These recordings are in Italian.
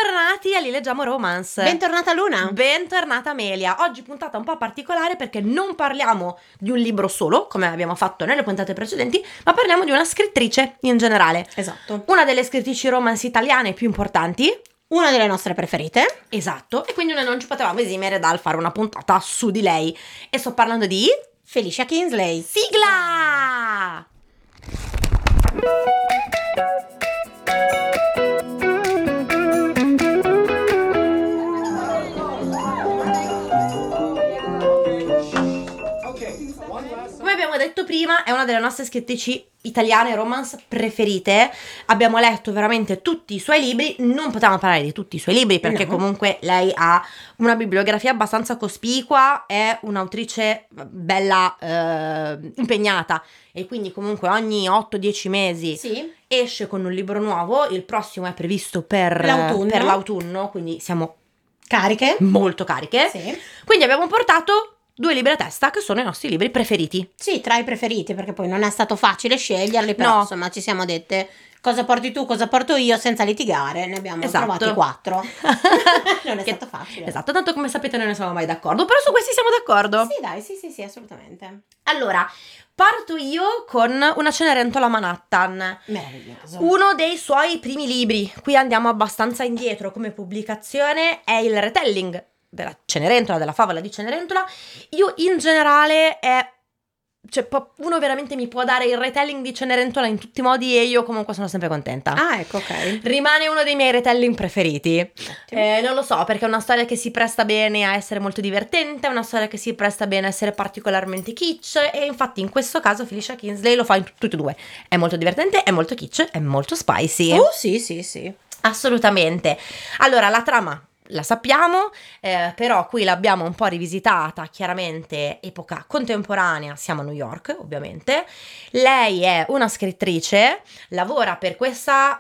Bentornati a Li Leggiamo Romance. Bentornata Luna. Bentornata Amelia. Oggi puntata un po' particolare perché non parliamo di un libro solo, come abbiamo fatto nelle puntate precedenti, ma parliamo di una scrittrice in generale. Esatto. Una delle scrittrici romance italiane più importanti. Una delle nostre preferite. Esatto. E quindi noi non ci potevamo esimere dal fare una puntata su di lei. E sto parlando di... Felicia Kingsley. Sigla! Come abbiamo detto prima, è una delle nostre scrittrici italiane romance preferite. Abbiamo letto veramente tutti i suoi libri. Non potevamo parlare di tutti i suoi libri perché comunque lei ha una bibliografia abbastanza cospicua, è un'autrice bella impegnata e quindi comunque ogni 8-10 mesi esce con un libro nuovo. Il prossimo è previsto per l'autunno, quindi siamo cariche, molto cariche. Quindi abbiamo portato 2 libri a testa che sono i nostri libri preferiti. Sì, tra i preferiti, perché poi non è stato facile sceglierli, però insomma ci siamo dette cosa porti tu, cosa porto io, senza litigare. Ne abbiamo trovati 4. Non è stato facile. Esatto, tanto come sapete noi non siamo mai d'accordo, però su questi siamo d'accordo. Sì, dai, sì, assolutamente. Allora, parto io con Una Cenerentola a Manhattan. Meraviglioso. Uno dei suoi primi libri. Qui andiamo abbastanza indietro come pubblicazione, è il retelling della Cenerentola, della favola di Cenerentola. Io in generale uno veramente mi può dare il retelling di Cenerentola in tutti i modi e io comunque sono sempre contenta. Ah, ecco, ok. Rimane uno dei miei retelling preferiti. Non lo so, perché è una storia che si presta bene a essere molto divertente, è una storia che si presta bene a essere particolarmente kitsch, e infatti in questo caso Felicia Kingsley lo fa in tutti e due. È molto divertente, è molto kitsch, è molto spicy. Oh, sì. Assolutamente. Allora, la trama la sappiamo, però qui l'abbiamo un po' rivisitata, chiaramente epoca contemporanea, siamo a New York ovviamente. Lei è una scrittrice, lavora per questa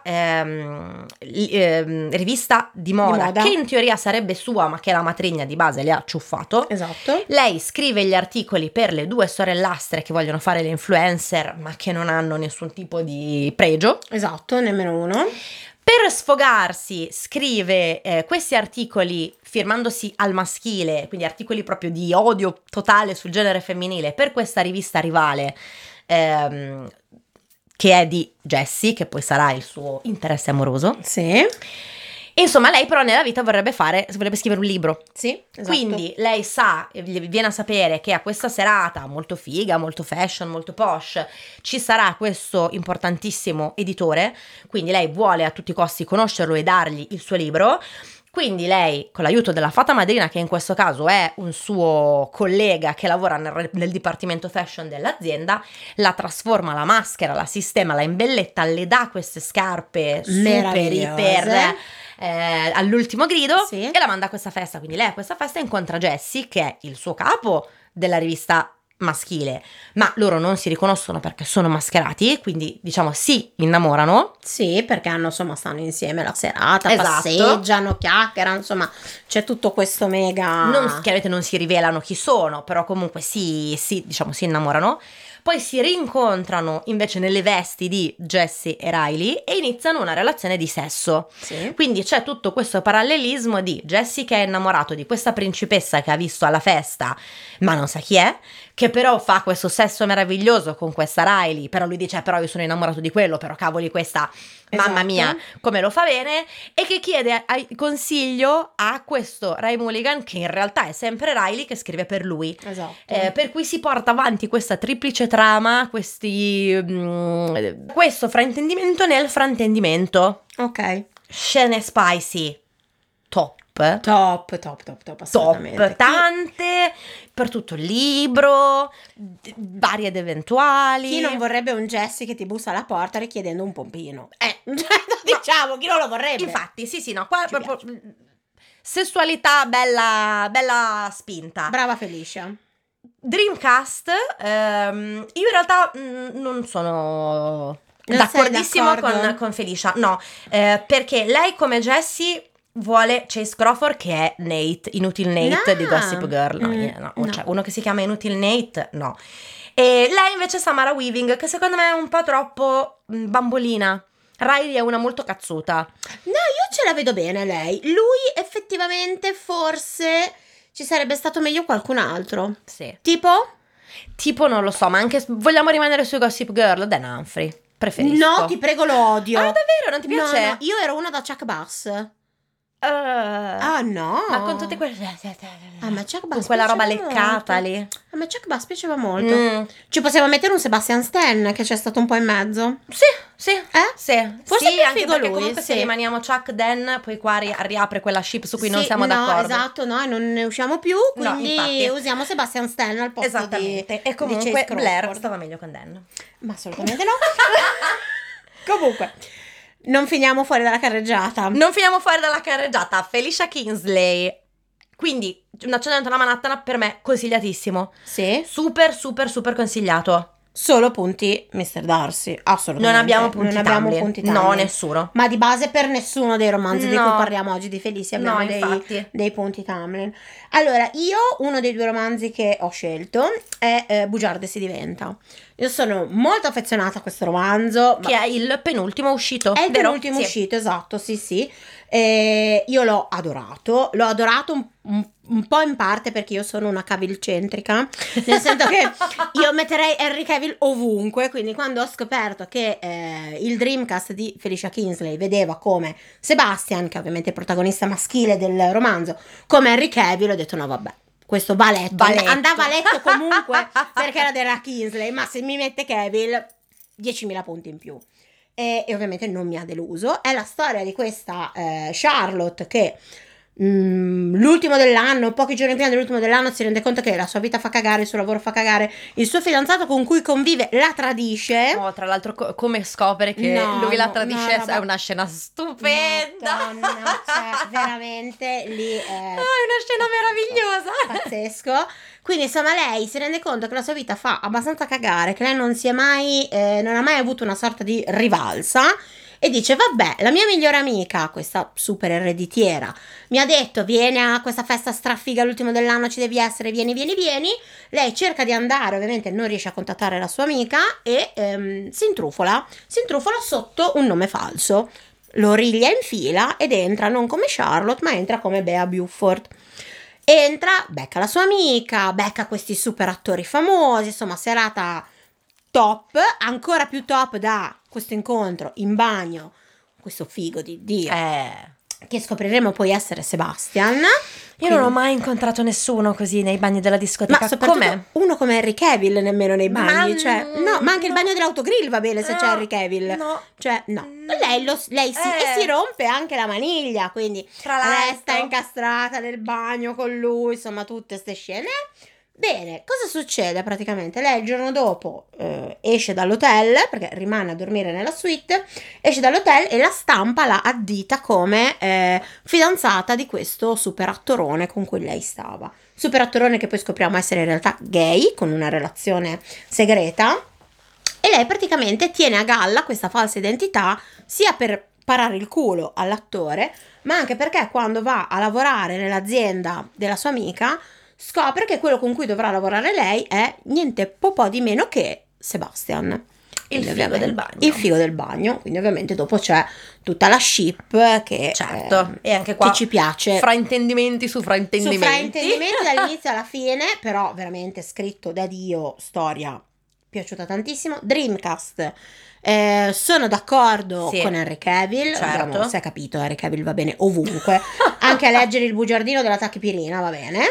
rivista di moda che in teoria sarebbe sua, ma che la matrigna di base le ha ciuffato. Esatto. Lei scrive gli articoli per le 2 sorellastre che vogliono fare le influencer, ma che non hanno nessun tipo di pregio. Esatto, nemmeno uno. Per sfogarsi scrive questi articoli firmandosi al maschile, quindi articoli proprio di odio totale sul genere femminile per questa rivista rivale che è di Jessie, che poi sarà il suo interesse amoroso. Sì. Insomma, lei però nella vita vorrebbe scrivere un libro. Sì, esatto. Quindi lei viene a sapere che a questa serata molto figa, molto fashion, molto posh, ci sarà questo importantissimo editore, quindi lei vuole a tutti i costi conoscerlo e dargli il suo libro. Quindi lei, con l'aiuto della fata madrina, che in questo caso è un suo collega che lavora nel dipartimento fashion dell'azienda, la trasforma, la maschera, la sistema, la imbelletta, le dà queste scarpe super iper all'ultimo grido e la manda a questa festa. Quindi lei a questa festa incontra Jessie, che è il suo capo della rivista maschile, ma loro non si riconoscono perché sono mascherati, quindi diciamo si innamorano. Sì, perché stanno insieme la serata, passeggiano, chiacchierano, insomma c'è tutto questo mega... Chiaramente non si rivelano chi sono, però comunque si innamorano. Poi si rincontrano invece nelle vesti di Jessie e Riley e iniziano una relazione di sesso. Sì. Quindi c'è tutto questo parallelismo di Jessie che è innamorato di questa principessa che ha visto alla festa, ma non sa chi è, che però fa questo sesso meraviglioso con questa Riley, però lui dice però io sono innamorato di quello, però cavoli questa mamma mia come lo fa bene, e che chiede consiglio a questo Ray Mulligan, che in realtà è sempre Riley che scrive per lui. Esatto. Per cui si porta avanti questa triplice trama, questo fraintendimento nel fraintendimento. Ok. Scene spicy top, assolutamente. Tante per tutto il libro, varie ed eventuali. Chi non vorrebbe un Jessie che ti bussa alla porta richiedendo un pompino? Diciamo, chi non lo vorrebbe? Infatti, qua proprio sessualità bella spinta. Brava Felicia. Dreamcast, io in realtà non sono d'accordissimo con Felicia, no, perché lei come Jessie vuole Chase Crawford, che è Nate, Inutile Nate di Gossip Girl. No. Cioè, uno che si chiama Inutile Nate, no. E lei invece è Samara Weaving, che secondo me è un po' troppo bambolina. Riley è una molto cazzuta. No, io ce la vedo bene lei. Lui effettivamente forse ci sarebbe stato meglio qualcun altro. Sì. Tipo non lo so, ma anche vogliamo rimanere su Gossip Girl, Dan Humphrey. Preferisco. No, ti prego, lo odio. Ah, davvero? Non ti piace? No, io ero una da Chuck Bass. No. Ma con tutte quelle a me Chuck Bass con quella roba leccata molto. lì. A me Chuck Bass piaceva molto. Ci possiamo mettere un Sebastian Stan che c'è stato un po' in mezzo. Sì. Sì. Forse sì, più anche figo perché lui, comunque se rimaniamo Chuck Dan, poi qua riapre quella ship su cui non siamo no, d'accordo. Esatto, no, non ne usciamo più, quindi usiamo Sebastian Stan al posto Esattamente. di E comunque di Chase Blair Crawford. stava meglio con Dan. Ma assolutamente no. Comunque, non finiamo fuori dalla carreggiata. Felicia Kingsley. Quindi, Una cena dentro la Manhattan per me consigliatissimo. Sì. Super, super, super consigliato. Solo punti Mr. Darcy, assolutamente. Non abbiamo punti Tamlin. No, Tamlin. nessuno. Ma di base per nessuno dei romanzi di cui parliamo oggi di Felicia abbiamo dei punti Tamlin. Allora, io uno dei 2 romanzi che ho scelto è Bugiardo si diventa. Io sono molto affezionata a questo romanzo. Che è il penultimo uscito. È il vero? penultimo uscito, esatto, sì. Io l'ho adorato un po' in parte perché io sono una Cavill-centrica, nel senso che io metterei Henry Cavill ovunque, quindi quando ho scoperto che il Dreamcast di Felicia Kingsley vedeva come Sebastian, che è ovviamente il protagonista maschile del romanzo, come Henry Cavill, ho detto no vabbè, questo va letto. Andava a letto comunque perché era della Kingsley, ma se mi mette Cavill 10.000 punti in più. E ovviamente non mi ha deluso. È la storia di questa Charlotte che l'ultimo dell'anno, pochi giorni prima dell'ultimo dell'anno, si rende conto che la sua vita fa cagare, il suo lavoro fa cagare, il suo fidanzato con cui convive la tradisce. Tra l'altro come scopre che lui la tradisce è una scena stupenda. No, cioè, veramente lì è una scena meravigliosa, pazzesco. Quindi insomma lei si rende conto che la sua vita fa abbastanza cagare, che lei non ha mai avuto una sorta di rivalsa. E dice vabbè, la mia migliore amica, questa super ereditiera, mi ha detto vieni a questa festa strafiga l'ultimo dell'anno, ci devi essere, vieni. Lei cerca di andare, ovviamente non riesce a contattare la sua amica e si intrufola sotto un nome falso. Lo riglia in fila ed entra non come Charlotte ma entra come Bea Buford. Entra, becca la sua amica, becca questi super attori famosi, insomma serata top, ancora più top da questo incontro in bagno, questo figo di Dio, che scopriremo poi essere Sebastian. Io non ho mai incontrato nessuno così nei bagni della discoteca. Ma soprattutto uno come Henry Cavill nemmeno nei bagni, ma anche il bagno dell'autogrill va bene se c'è Henry Cavill. Lei si rompe anche la maniglia, quindi resta incastrata nel bagno con lui, insomma tutte ste scene. Bene, cosa succede praticamente? Lei il giorno dopo esce dall'hotel, perché rimane a dormire nella suite, esce dall'hotel e la stampa la addita come fidanzata di questo super attorone con cui lei stava. Super attorone che poi scopriamo essere in realtà gay, con una relazione segreta, e lei praticamente tiene a galla questa falsa identità sia per parare il culo all'attore, ma anche perché quando va a lavorare nell'azienda della sua amica scopre che quello con cui dovrà lavorare lei è niente po' di meno che Sebastian. Il figo del bagno. Il figo del bagno, quindi ovviamente dopo c'è tutta la ship che e anche qua ci piace. Fraintendimenti su fraintendimenti dall'inizio alla fine, però veramente scritto da Dio, storia piaciuta tantissimo. Dreamcast. Sono d'accordo con Henry Cavill, certo. Si è capito, Henry Cavill va bene ovunque, anche a leggere il bugiardino della tachipirina va bene.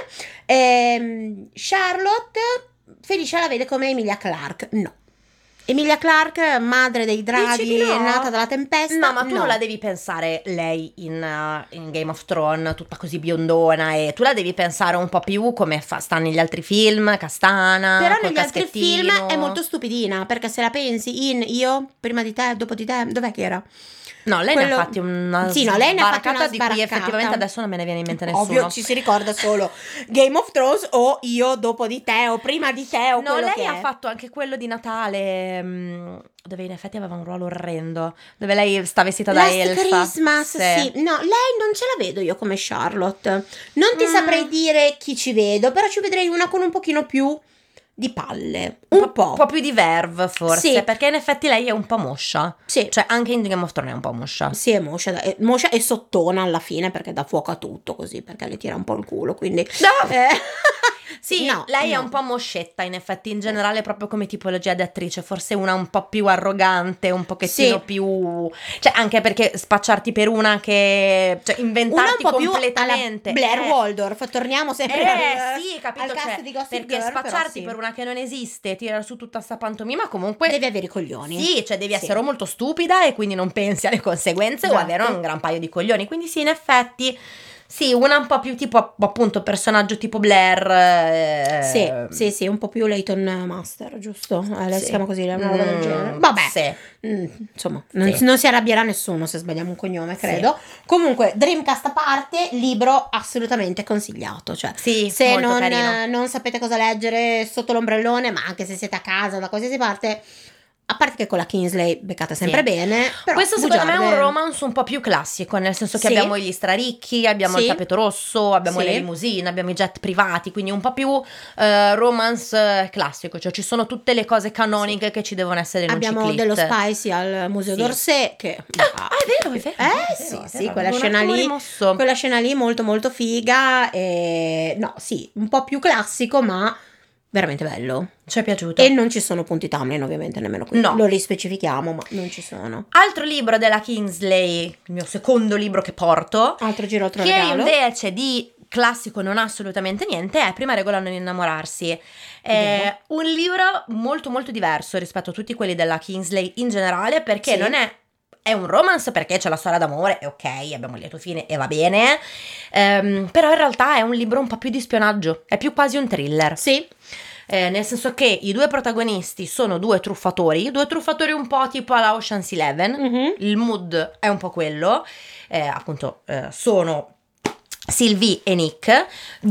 Charlotte Felicia la vede come Emilia Clarke. No, Emilia Clarke, madre dei draghi, è nata dalla tempesta. No, ma tu non la devi pensare lei in Game of Thrones tutta così biondona, e tu la devi pensare un po' più come sta negli altri film, castana. Però negli altri film è molto stupidina, perché se la pensi in Io, prima di te, dopo di te, dov'è che era? No, lei ne ha fatti una lei ne ha fatti una di cui effettivamente adesso non me ne viene in mente nessuno. Ovvio, ci si ricorda solo Game of Thrones o Io dopo di te o prima di te o quello che è. No, lei ha fatto anche quello di Natale, dove in effetti aveva un ruolo orrendo, dove lei sta vestita da elfa. Christmas, sì. No, lei non ce la vedo io come Charlotte. Non ti saprei dire chi ci vedo, però ci vedrei una con un pochino più di palle, un po'. Un po' più di verve forse, Sì. perché in effetti lei è un po' moscia. Sì. Cioè anche in Game of Thrones è un po' moscia. Sì, è moscia e sottona alla fine perché dà fuoco a tutto così, perché le tira un po' il culo, quindi... No. Eh, Sì, no, lei è no. un po' moscetta in effetti, in generale proprio come tipologia di attrice, forse una un po' più arrogante, un pochettino Sì. più... Cioè anche perché spacciarti per una che... cioè inventarti Una un po' completamente... più alla Blair Waldorf, torniamo sempre sì, capito, al cast cioè, di Gossip perché Girl, però spacciarti sì. per una che non esiste, tirare su tutta sta pantomima, comunque... Devi avere i coglioni. Sì, cioè devi Sì. essere molto stupida e quindi non pensi alle conseguenze o Esatto. avere un gran paio di coglioni. Quindi sì, in effetti, sì, una un po' più tipo appunto personaggio tipo Blair. Sì, un po' più Leighton Master, giusto? Lei Sì. si chiama così, una roba del genere. Vabbè, Sì. insomma, Sì. non si arrabbierà nessuno se sbagliamo un cognome, credo. Comunque, Dreamcast a parte, libro assolutamente consigliato. Cioè, Sì, se molto carino. non sapete cosa leggere sotto l'ombrellone, ma anche se siete a casa da qualsiasi parte, a parte che con la Kingsley beccate sempre Sì. bene, però Questo secondo me è un bugiarde. romance un po' più classico, nel senso che Sì. abbiamo gli straricchi, abbiamo il Sì. tappeto rosso, abbiamo Sì. le limousine, abbiamo i jet privati, quindi un po' più romance classico, cioè ci sono tutte le cose canoniche che ci devono essere in Abbiamo un ciclit. dello Spicy al Museo Sì. d'Orsay che È vero, è vero. sì, quella avevo un scena attimo lì rimosso. quella scena lì molto molto figa e no, sì, un po' più classico, ma veramente bello. Ci è piaciuto. E non ci sono punti timeline, ovviamente, nemmeno qui. No. Lo rispecifichiamo, ma non ci sono. Altro libro della Kingsley, il mio secondo libro che porto, Altro giro, altro che regalo. invece di classico non ha assolutamente niente, è Prima regola non innamorarsi. È un libro molto molto diverso rispetto a tutti quelli della Kingsley in generale, perché Sì. non è un romance perché c'è la storia d'amore e ok, abbiamo il lieto fine e va bene, però in realtà è un libro un po' più di spionaggio, è più quasi un thriller. Sì. Nel senso che i due protagonisti sono due truffatori un po' tipo alla Ocean's Eleven, Mhm. il mood è un po' quello, appunto sono Sylvie e Nick,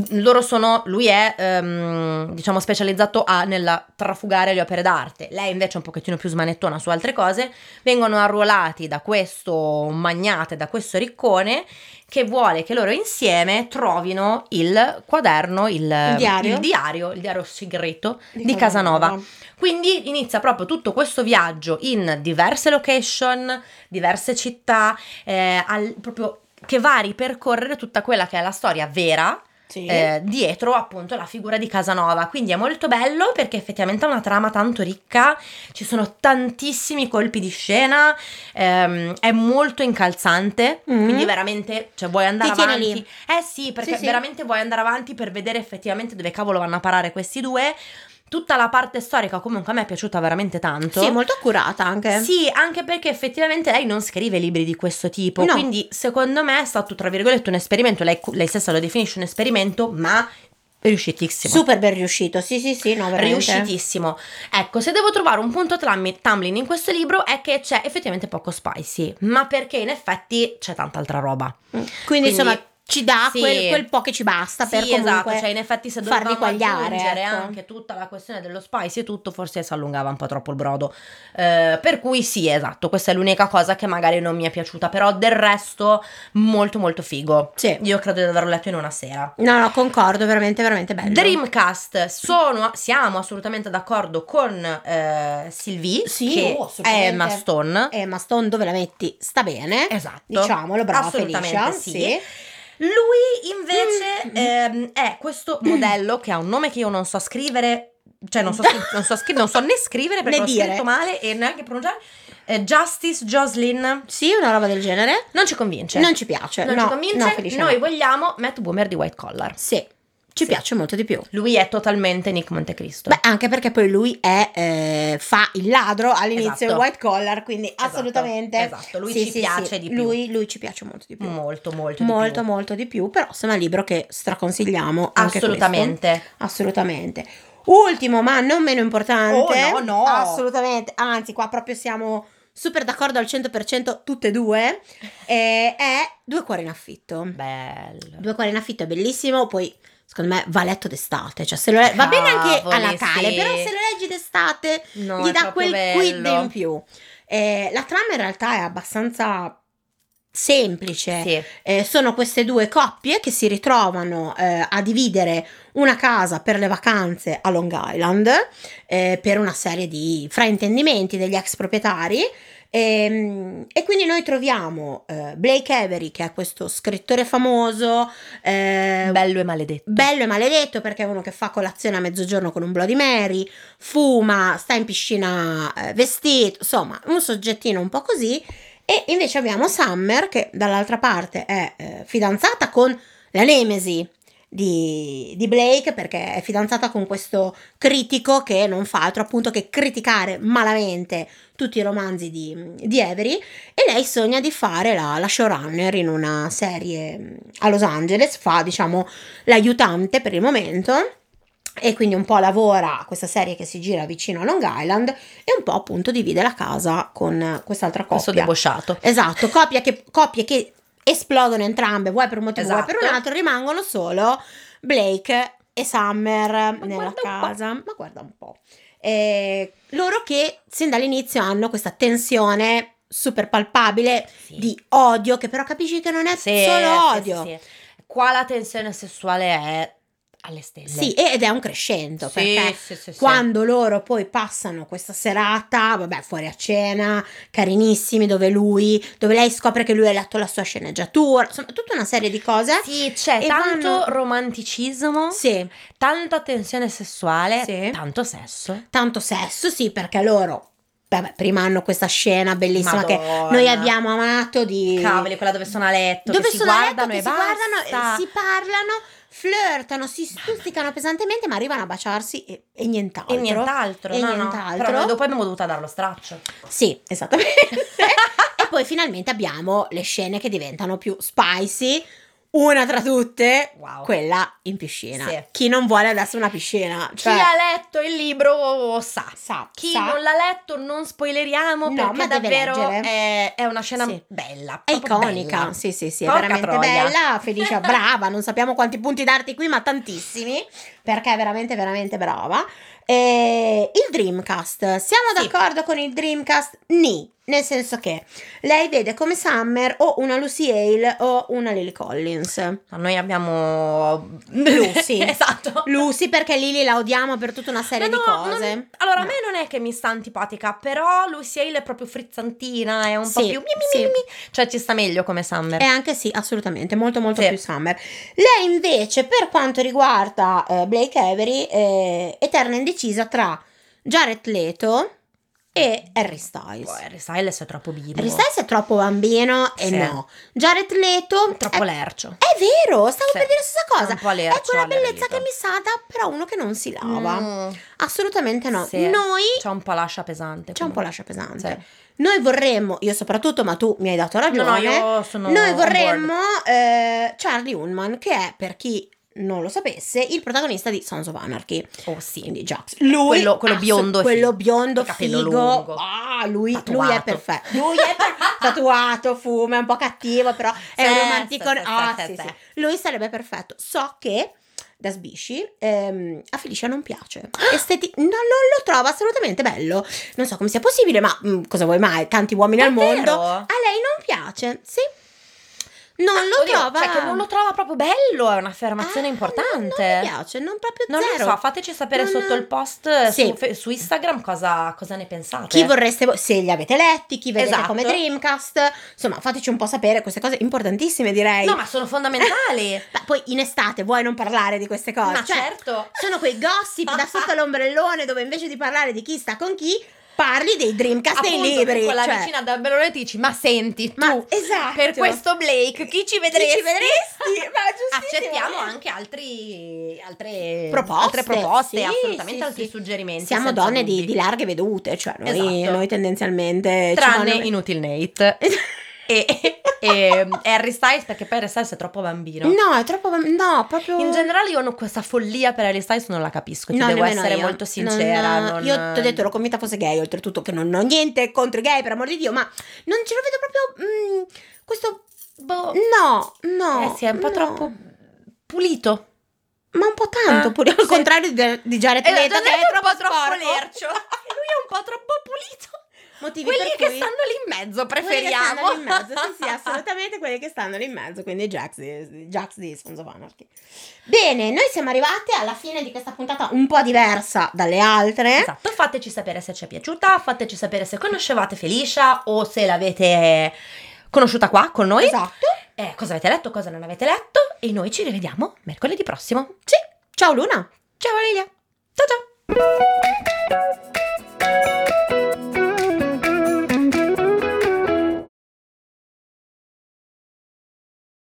lui è diciamo specializzato nella trafugare le opere d'arte, lei invece è un pochettino più smanettona su altre cose, vengono arruolati da questo magnate, da questo riccone che vuole che loro insieme trovino il quaderno, il diario segreto di Casanova. Quindi inizia proprio tutto questo viaggio in diverse location, diverse città, proprio che va a ripercorrere tutta quella che è la storia vera Sì. dietro appunto la figura di Casanova. Quindi è molto bello perché effettivamente ha una trama tanto ricca, ci sono tantissimi colpi di scena, è molto incalzante, quindi veramente, cioè, vuoi andare Ti tiene avanti. lì. Sì, perché Sì. veramente vuoi andare avanti per vedere effettivamente dove cavolo vanno a parare questi due. Tutta la parte storica comunque a me è piaciuta veramente tanto. Sì, molto accurata anche. Sì, anche perché effettivamente lei non scrive libri di questo tipo, No. quindi secondo me è stato tra virgolette un esperimento, lei stessa lo definisce un esperimento, ma riuscitissimo. Super ben riuscito, sì, no, veramente. Riuscitissimo. Ecco, se devo trovare un punto tumbling in questo libro è che c'è effettivamente poco spicy, ma perché in effetti c'è tanta altra roba. Quindi insomma ci dà sì. quel po' che ci basta per comunque esatto, cioè in effetti se farvi dovevamo quagliare, aggiungere ecco. anche tutta la questione dello spicy e tutto, forse si allungava un po' troppo il brodo, per cui sì, esatto, questa è l'unica cosa che magari non mi è piaciuta, però del resto molto molto figo. Sì. Io credo di averlo letto in una sera. No, concordo, veramente veramente bello. Dreamcast, siamo assolutamente d'accordo con Sylvie, Sì, che è Emma Stone. Emma Stone, dove la metti sta bene, Esatto, diciamolo, brava assolutamente Felicia. sì. Lui invece è questo modello che ha un nome che io non so scrivere, cioè non so né scrivere perché Né l'ho dire. scritto male e neanche pronunciare. Justice Jocelyn. Sì, una roba del genere. Non ci convince. Non ci piace. Non no, ci convince. no, Felicia, Noi no. vogliamo Matt Boomer di White Collar. Sì, ci piace molto di più. Lui è totalmente Nick Montecristo. Beh, anche perché poi lui fa il ladro all'inizio Esatto. in White Collar, quindi assolutamente. Esatto, lui ci piace di più. Lui ci piace molto di più. Molto Molto di più, però insomma è un libro che straconsigliamo anche assolutamente. questo. Assolutamente. Ultimo, ma non meno importante. Oh, no. Assolutamente, anzi qua proprio siamo super d'accordo al 100% tutte e due, è Due cuori in affitto. Bello. Due cuori in affitto è bellissimo, poi secondo me va letto d'estate, cioè se va bene anche a Natale, sì. però se lo leggi d'estate No, gli è dà proprio quel quid bello. in più. La trama in realtà è abbastanza semplice. Sono queste due coppie che si ritrovano a dividere una casa per le vacanze a Long Island per una serie di fraintendimenti degli ex proprietari. E quindi noi troviamo Blake Avery, che è questo scrittore famoso, bello e maledetto, perché è uno che fa colazione a mezzogiorno con un Bloody Mary, fuma, sta in piscina vestito, insomma un soggettino un po' così. E invece abbiamo Summer, che dall'altra parte è fidanzata con la nemesi di Blake, perché è fidanzata con questo critico che non fa altro appunto che criticare malamente tutti i romanzi di Avery, e lei sogna di fare la showrunner in una serie a Los Angeles, fa diciamo l'aiutante per il momento, e quindi un po' lavora a questa serie che si gira vicino a Long Island e un po' appunto divide la casa con quest'altra coppia. Questo debosciato. Esatto, coppie che esplodono entrambe, vuoi per un motivo vuoi per un altro, rimangono solo Blake e Summer nella casa. Ma guarda un po'. Loro che sin dall'inizio hanno questa tensione super palpabile di odio, che però capisci che non è solo odio. Sì. Qua la tensione sessuale è alle stelle. Sì, ed è un crescendo, perché quando loro poi passano questa serata, vabbè, fuori a cena, carinissimi, dove lei scopre che lui ha letto la sua sceneggiatura, insomma, tutta una serie di cose. Sì, c'è tanto romanticismo, tanta tensione sessuale, tanto sesso, sì, perché loro prima hanno questa scena bellissima che noi abbiamo amato di cavoli, quella dove sono a letto, che si guardano e basta, si parlano, flirtano, si stuzzicano pesantemente, ma arrivano a baciarsi e nient'altro. Però dopo abbiamo dovuto dare lo straccio. Sì, esattamente. E poi finalmente abbiamo le scene che diventano più spicy. Una tra tutte, quella in piscina. Chi non vuole adesso una piscina? Cioè, chi ha letto il libro sa. Chi non l'ha letto non spoileriamo, perché davvero è una scena bella. È iconica. Bella. Sì, è veramente bella. Felicia, brava. Non sappiamo quanti punti darti qui, ma tantissimi. Perché è veramente, veramente brava. Il Dreamcast. Siamo d'accordo con il Dreamcast? Nel senso che lei vede come Summer o una Lucy Hale o una Lily Collins. Noi abbiamo Lucy. Esatto. Lucy, perché Lily la odiamo per tutta una serie di cose. A me non è che mi sta antipatica, però Lucy Hale è proprio frizzantina, è un po' più cioè ci sta meglio come Summer. E anche assolutamente, molto più Summer. Lei invece, per quanto riguarda Blake Avery, è eterna indecisa tra Jared Leto e Harry Styles. Harry Styles è troppo bimbo. Harry Styles è troppo bambino e no. Jared Leto troppo lercio. È vero, stavo per dire la stessa cosa. È un po' lercio. È quella bellezza che mi sa da però uno che non si lava. Assolutamente no. Noi c'è un po' lascia pesante. Noi vorremmo, io soprattutto, ma tu mi hai dato ragione. Io sono noi vorremmo Charlie Hunnam, che è, per chi non lo sapesse, il protagonista di Sons of Anarchy. Quindi Jax. Lui, quello biondo, figo. Lungo. Lui è perfetto. Lui è tatuato, fuma, è un po' cattivo, però è un romantico. Sì. Lui sarebbe perfetto. So che da Sbisci a Felicia non piace. Non lo trova assolutamente bello. Non so come sia possibile, ma cosa vuoi mai? Tanti uomini al mondo. A lei non piace. Sì. Non lo trova. Cioè, che non lo trova proprio bello, è un'affermazione importante. Non mi piace, non proprio zero. Non lo so, fateci sapere sotto il post su Instagram cosa ne pensate. Chi vorreste, se li avete letti, chi vedete come Dreamcast. Insomma, fateci un po' sapere queste cose importantissime, direi. No, ma sono fondamentali. Poi in estate vuoi non parlare di queste cose? Ma certo. Sono quei gossip da sotto l'ombrellone dove invece di parlare di chi sta con chi, parli dei Dreamcast e dei libri. Con la vicina da bellone ti dici, ma senti, tu, esatto, per questo Blake, chi ci vedresti? Ma accettiamo anche altre proposte, assolutamente altri suggerimenti. Siamo donne di larghe vedute, cioè noi tendenzialmente... Tranne Inutil Nate. e Harry Styles, perché poi Harry Styles è troppo bambino. No, è troppo bambino. No, proprio. In generale io ho questa follia per Harry Styles, non la capisco. Ti devo essere molto sincera. Io ti ho detto, ero convinta fosse gay, oltretutto, che non ho niente contro i gay, per amor di Dio, ma non ce lo vedo proprio. Questo. No. Sì, è un po' troppo pulito. Ma un po' tanto pulito. Al contrario di Jared Leto, che è un po' troppo lercio. Lui è un po' troppo pulito. motivi quelli per che cui... stanno lì in mezzo preferiamo. Quelli che stanno lì in mezzo, sì, assolutamente quelli che stanno lì in mezzo, quindi Jax di Sons of Anarchy. Bene, noi siamo arrivate alla fine di questa puntata un po' diversa dalle altre. Esatto, fateci sapere se ci è piaciuta, fateci sapere se conoscevate Felicia o se l'avete conosciuta qua con noi. Esatto. Cosa avete letto, cosa non avete letto, e noi ci rivediamo mercoledì prossimo. Sì, ciao Luna. Ciao Valeria. Ciao ciao.